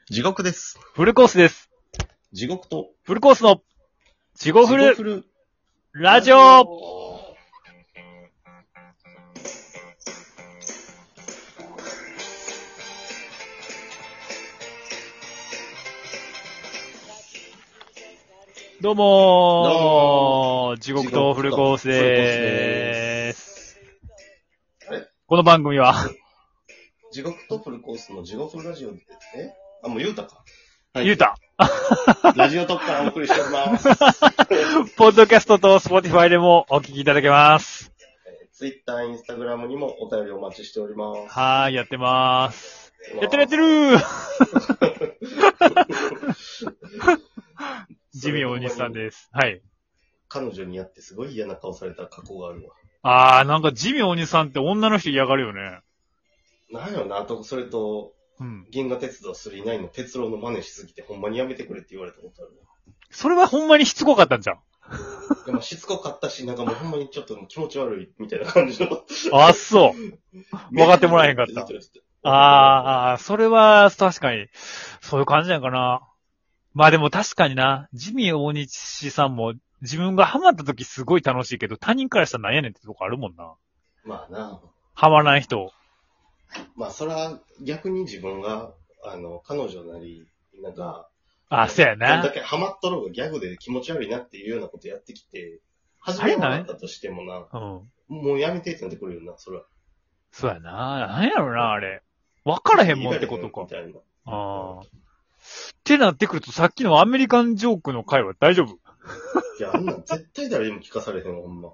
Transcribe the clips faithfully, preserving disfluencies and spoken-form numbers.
地獄です。 フルコースです。 地獄とフルコースの地獄フルフルラジオ。どうもー、地獄とフルコースでーす。 あれこの番組は地獄とフルコースの地獄ラジオですね。あ、もう言うたか。はい、 言うた。 ラジオ特からお送りしております。 ポッドキャストとスポティファイでもお聞きいただけます。 ツイッター、インスタグラムにもお便りお待ちしております。 はーい、やってまーす。やってるやってるージミー大西さんです。はい。 彼女にやってすごい嫌な顔された過去があるわ。 あー、なんかジミー大西さんって女の人嫌がるよね。 なんやろな、あと、それと、 うん。 銀河鉄道スリーナインの鉄郎の真似しすぎてほんまにやめてくれって言われたことあるわ。 それはほんまにしつこかったんじゃん。 でもしつこかったし、なんかもうほんまにちょっと気持ち悪いみたいな感じの。 あ、そう。分かってもらえへんかった。あー、あー、それは確かに、そういう感じなんかな。まあでも確かにな、ジミー大西さんも自分がハマった時すごい楽しいけど、他人からしたら何やねんってとこあるもんな。 まあな。 ハマらない人。 まあそれは逆に自分が、あの、彼女なり、なんか、 あ、そうやな。 だけハマっとろうがギャグで気持ち悪いなっていうようなことやってきて、初めはなったとしてもな、 うん。 もうやめてってなってくるよな、それは。 そうやな。なんやろな、あれ。分からへんもんってことか。 みたいな。 ああ。ってなってくると、さっきのアメリカンジョークの回は大丈夫？ いや、あんなん絶対誰にも聞かされへんわ、ほんま。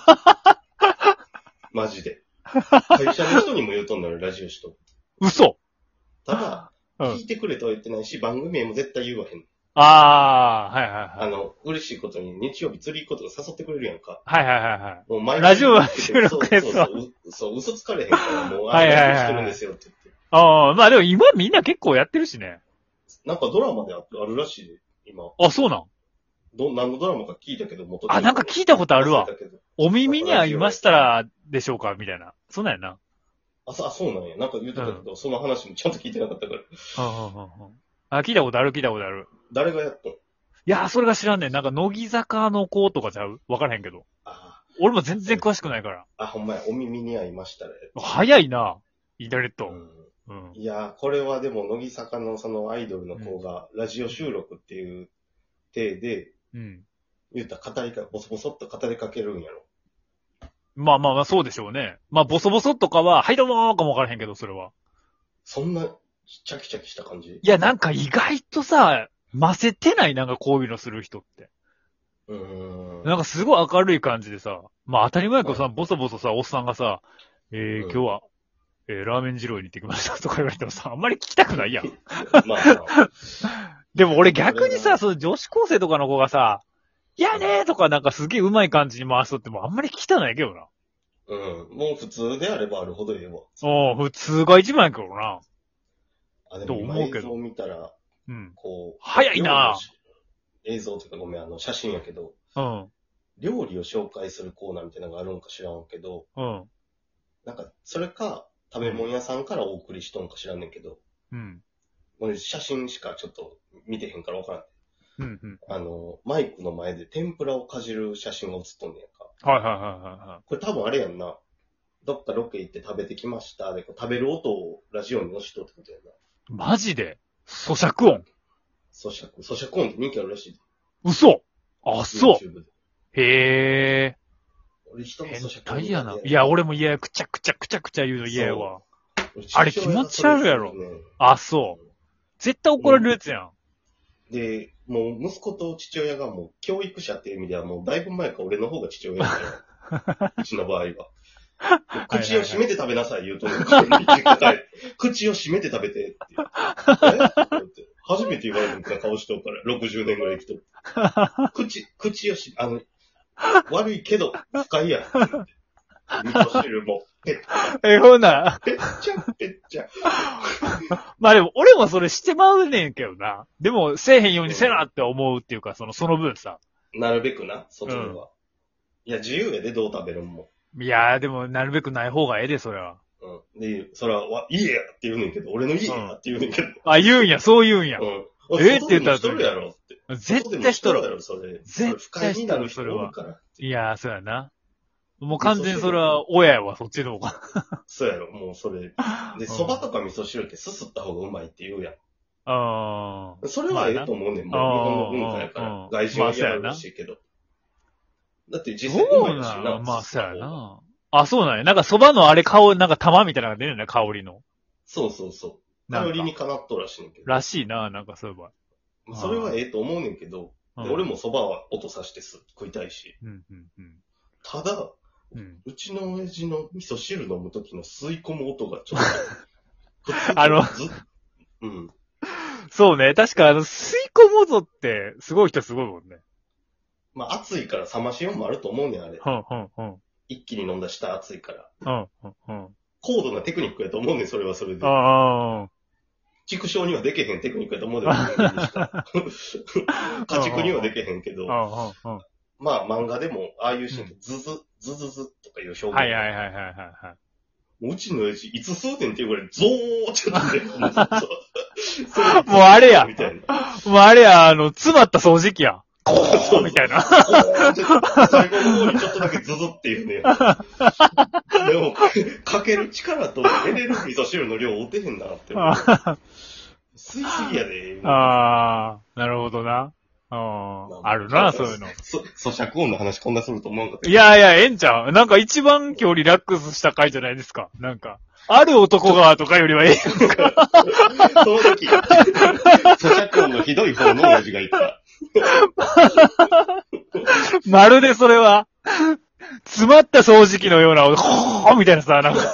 マジで。会社の人にも言うとんのよ、ラジオ人。 嘘。 ただ、 うん、 聞いてくれとは言ってないし、番組名も絶対言わへん。 ああ、はいはいはい。 あの、嬉しいことに日曜日釣り行くことが誘ってくれるやんか。 はいはいはいはい。 もう毎ラジオ収録やつは。 そうそうそう、そう、嘘つかれへんから、もう、あはいはいはいラジオしてるんですよって言って。 ああ、まあでも今みんな結構やってるしね。 なんかドラマであるらしいで、今。 あ、そうなんど、何のドラマか聞いたけど、元あ、なんか聞いたことあるわ。 忘れたけどお耳に合いましたらでしょうかみたいな。そんなんやな。 あ、そ、あ、そうなんや。なんか言ってたけど、うん、その話もちゃんと聞いてなかったから。 うんうんうんうん。あ、聞いたことある聞いたことある。 誰がやったの？ いやー、それが知らんねん。なんか、乃木坂の子とかちゃうわからへんけど。あ俺も全然詳しくないから。 あ、ほんまや。お耳に合いましたら。 早いな。インターネット。 うん。うん、いやー、これはでも、乃木坂のそのアイドルの子が、ラジオ収録っていう体で、うん。言うたら語りか、ボソボソっと語りかけるんやろ。 まあまあまあ、そうでしょうね。まあ、ボソボソとかは、はいどうもーかもわからへんけど、それは。 そんな、チャキチャキした感じ？ いや、なんか意外とさ、混ぜてないなんかこういうのする人って。 うーん。 なんかすごい明るい感じでさ、まあ当たり前やけどさ、ボソボソさ、おっさんがさ、えー、うん、今日は、えー、ラーメン二郎に行ってきましたとか言われてもさ、あんまり聞きたくないやん。まあ、でも俺逆にさ、その女子高生とかの子がさ、いやねーとかなんかすげえ上手い感じに回すとってもあんまり聞きたないけどな。 うん。もう普通であればあるほどええわ。 お普通が一番やけどな。 あ、でも今映像を見たら、 うん。 こう。 早いな映像というかごめん、あの、写真やけど。 うん。料理を紹介するコーナーみたいなのがあるんか知らんけど。 うん。 なんか、それか、食べ物屋さんからお送りしとんか知らんねんけど。うん。俺写真しかちょっと見てへんからわからん。うんうん。あの、マイクの前で天ぷらをかじる写真が写っとんねんか。 はいはいはいはい。 これ多分あれやんな。どっかロケ行って食べてきましたで、食べる音をラジオに押しとってことやな。 マジで咀嚼音咀嚼。咀嚼音って人気あるらしい。 嘘あ、そう。へー。俺人も咀嚼音。変態やな。いや、俺も嫌や。くちゃくちゃくちゃくちゃ言うの嫌やわ。あれ気持ち悪いやろ。あ、そう。絶対怒られるやつやん。 で、もう息子と父親がもう教育者っていう意味ではもうだいぶ前から俺の方が父親だから。うちの場合は。口を閉めて食べなさい言うと、口を閉めて食べてって言って。え初めて言われるみたいな顔しとるから、ろくじゅうねんぐらい生きとる。口、口をし、あの、悪いけど、不快や。味噌汁も、ぺっちゃ。 え、ほな。 ぺっちゃ、ぺっちゃ。 まあでも、俺もそれしてまうねんけどな。でも、せえへんようにせなって思うっていうか、その、その分さ。 なるべくな、外では。うん、いや、自由やで、どう食べるんも。 いやー、でも、なるべくない方がええで、それは。 うん。で、それは、わ、家やって言うねんけど、俺の家やって言うねんけど。 あ、言うんや、そう言うんや。 うん。 えって言ったら外でもしとるやろって。 絶対しとる。 やろ、それ。 絶対しとる、それは。いやー、そうやな。もう完全にそれは、親やわ、そっちの方が。 そうやろ、もうそれ。で、蕎麦とか味噌汁ってすすった方がうまいって言うやん。 ああ。 それはええと思うねん、もう日本の文化やから。外人は嫌うらしいけど。だって実際うまいしな。 まあ、そうやな。あ、そうなんや。なんか蕎麦のあれ香り、なんか玉みたいなのが出るんだよ、香りの。 そうそうそう。香りにかなっとるらしいねんけど。 らしいな、なんかそういえば。 それはええと思うねんけど、俺も蕎麦は音さしてす食いたいし。 うんうんうん、 ただ、うん、うちの親父の味噌汁飲む時の吸い込む音がちょっと。 あの、 うん。 そうね。確かあの、吸い込む音って、すごい人すごいもんね。 まあ、熱いから冷ましようもあると思うねん、あれ。 うんうんうん。 一気に飲んだ下熱いから。 うんうんうん。 高度なテクニックやと思うねん、それはそれで。 ああ。 畜生にはでけへんテクニックやと思うねん、家畜にはでけへんけど。まあ、漫画でも、ああいうシーンでズズ、ズズズとかいう表現。 はいはいはいはいはい。 うちの親父、いつ吸うてんっていうぐらい、ゾーって言ってね。 もうあれや。みたいな。もうあれや、あの、詰まった掃除機や。こーみたいな。 最後の方にちょっとだけズズっていうね。でも、かける力とエネルギーと汁の量を打てへんなって。吸いすぎやで。 ああ、なるほどな。ああ、あるな、そういうの。 咀嚼音の話こんなすると思うんかった。 いやいや、ええんちゃう。なんか一番今日リラックスした回じゃないですか。なんか、ある男がとかよりはええやんか。 その時、咀嚼音のひどい方の親父が言った。 まるでそれは、詰まった掃除機のような、ほーみたいなさ、なんか。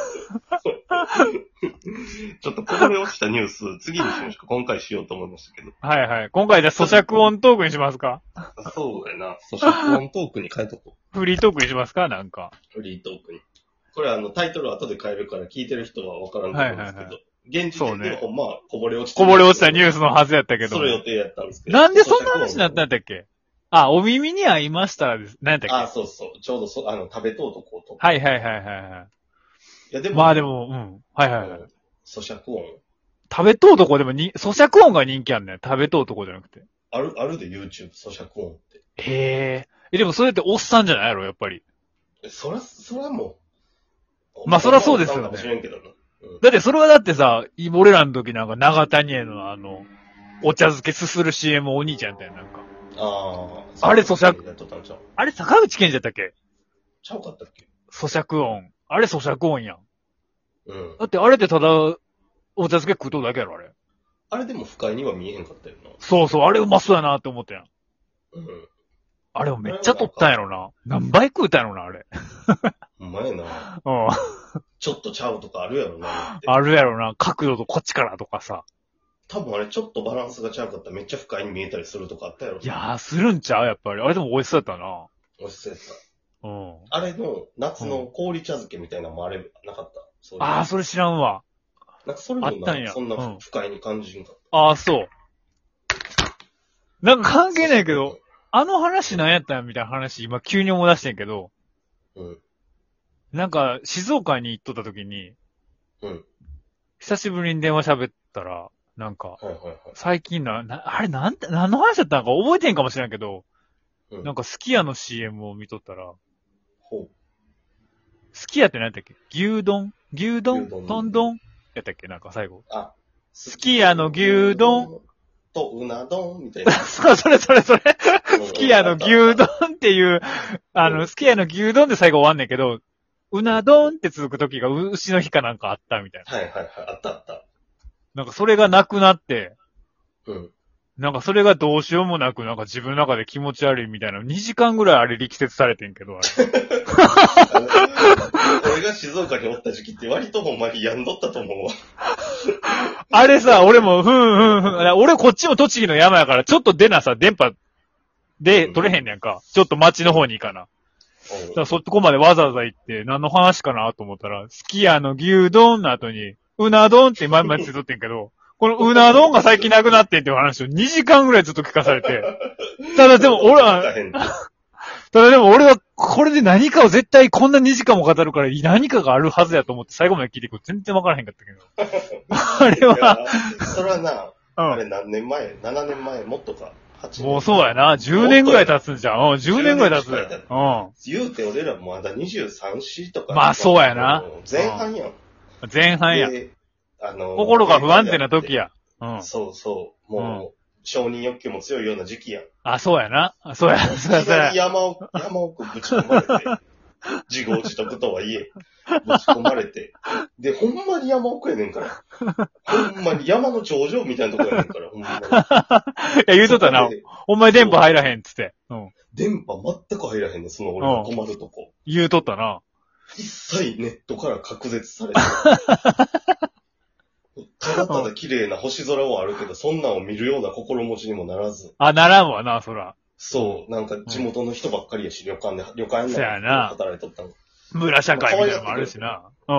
ちょっとこぼれ落ちたニュース、次にしましょう。今回しようと思いましたけど。 はいはい。今回じゃあ咀嚼音トークにしますか？ そうやな。咀嚼音トークに変えとこう。フリートークにしますか？なんか。 フリートークに。これあのタイトル後で変えるから聞いてる人はわからんと思うんですけど。はいはいはい、現時点でほんまはこぼれ落ちた。 こぼれ落ちたニュースのはずやったけど。 それ予定やったんですけど。 なんでそんな話になったんだっけ？あ、お耳に合いましたらです。何やったっけ？ あ、そうそう。ちょうどそ、あの、食べとうとこうと。 はいはいはいはいはい。 いやでも。 まあでも、うん。はいはいはい。 咀嚼音。 食べとうとこでもに、咀嚼音が人気あんねん。食べとうとこじゃなくて。 ある、あるで YouTube 咀嚼音って。 へえ。え、でもそれっておっさんじゃないやろ、やっぱり。 え、そら、そらもう。まあそらそうですよね。 かもしれんけどな。 うん、だってそれはだってさ、俺らの時なんか長谷へのあの、お茶漬けすする シーエム お兄ちゃんやったやん、なんか。 ああ。あれ咀嚼、あれ坂口健二やったっけ？ ちゃうかったっけ？ 咀嚼音。あれ咀嚼音やん。 うん。 だってあれってただ、お茶漬け食うとるだけやろ、あれ。 あれでも不快には見えへんかったよな。 そうそう、あれうまそうやなって思ったやん。 うん。 あれもめっちゃ取ったんやろな。何倍食うたんやろな、あれ。 うまいな。 うん。 ちょっとちゃうとかあるやろな。 あるやろな。角度とこっちからとかさ。 多分あれちょっとバランスがちゃうかったらめっちゃ不快に見えたりするとかあったやろ。 いやー、するんちゃうやっぱり。あれでも美味しそうやったな。 美味しそうやった。 うん。 あれの夏の氷茶漬けみたいなのもあれなかった。 そうああ、それ知らんわ。 なんかそれもな、そんな不快に感じんかった。 ああ、そう。なんか関係ないけど、あの話何やったんみたいな話、今急に思い出してんけど、 うん。 なんか、静岡に行っとった時に、 うん。 久しぶりに電話喋ったら、なんか、 はいはいはい、 最近な、な、あれなんて、何の話だったのか覚えてんかもしれんけど、うん、なんかすき家の シーエム を見とったら、 ほう。 すき家って何やったっけ？牛丼牛丼トン丼やったっけなんか最後。 あ、 すき家の牛丼とうな丼みたいな。 そう、それそれそれ。すき家の牛丼っていう、あの、すき家の牛丼で最後終わんねんけど、うな丼って続く時が牛の日かなんかあったみたいな。 はいはいはい、あったあった。 なんかそれがなくなって、 うん。 なんかそれがどうしようもなく、なんか自分の中で気持ち悪いみたいな、にじかんぐらいあれ力説されてんけど、あれ。 俺が静岡におった時期って割とほんまに病んどったと思うわ。 あれさ、俺も、ふんふんふん。俺こっちも栃木の山やから、ちょっと出なさ、電波で取れへんねんか。うん、ちょっと町の方に行かな。うん、だからそこまでわざわざ行って、何の話かなと思ったら、すき家の牛丼の後に、うな丼って前々ついとってんけど、このうな丼が最近なくなってんっていう話をにじかんぐらいずっと聞かされて。ただでも俺は、ただでも俺はこれで何かを絶対こんなにじかんも語るから何かがあるはずやと思って最後まで聞いてくる全然わからへんかったけど。あれは。 それはな、うん、あれ何年前 ?なな 年前もっとか。はちねんもうそうやな。じゅうねんぐらい経つんじゃん。うん、じゅうねんぐらい経つ。うん。 言うて俺らもまだにじゅうさん、しとか。 まあそうやな。 前半やん。 前半や。 あのー、 心が不安定な時や。 うん。そうそう。もう、うん、承認欲求も強いような時期やん。 あ、そうやな。そうや。そうや。 いきなり山奥、山奥ぶち込まれて、自業自得とはいえ、ぶち込まれて。で、ほんまに山奥やねんから。ほんまに山の頂上みたいなとこやねんから、ほんまに。いや、言うとったな。ほんまに電波入らへんっつって。うん。 電波全く入らへんねん、その俺が泊まるとこ。 言うとったな。 一切ネットから隔絶されてただただ綺麗な星空はあるけど、そんなんを見るような心持ちにもならず。 あ、ならんわな、そら。 そう、なんか地元の人ばっかりやし、旅館で、旅館で働いとったの。 村社会みたいなのもあるしな。うん。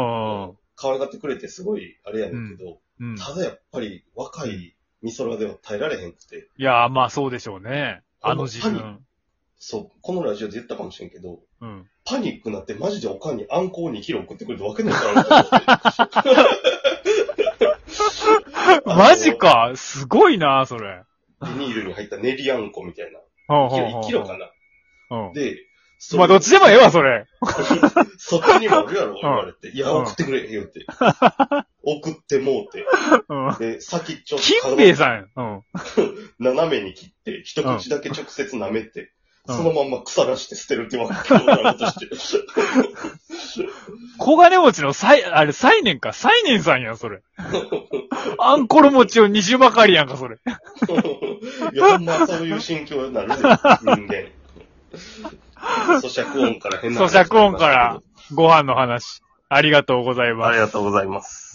可愛がってくれてすごい、あれやねんけど、うんうん、ただやっぱり若い美空では耐えられへんくて。 いやー、まあそうでしょうね。あの時分。 そう、このラジオで言ったかもしれんけど、うん、パニックになってマジでおかんにあんこをにキロ送ってくれてわけないからなマジかすごいな、それ。 ビニールに入った練りあんこみたいな。いちキロかな。うん、で、 まあどっちでもええわ、それ。 そっちにもあるやろ、言われて。うん、いや、送ってくれ、言うて。送ってもうて。うん、で、先ちょっと。 金兵衛さん。うん、 斜めに切って、一口だけ直接舐めて、うん、そのまんま腐らして捨てるってわけをやろうとして。 小金持ちのさい、あれ、サイネンか。サイネンさんやん、それ。あんころ餅をにじばかりやんか、それ。 いや、ほんまそういう心境になるね、人間。咀嚼音から変な話。 咀嚼音からご飯の話。ありがとうございます。 ありがとうございます。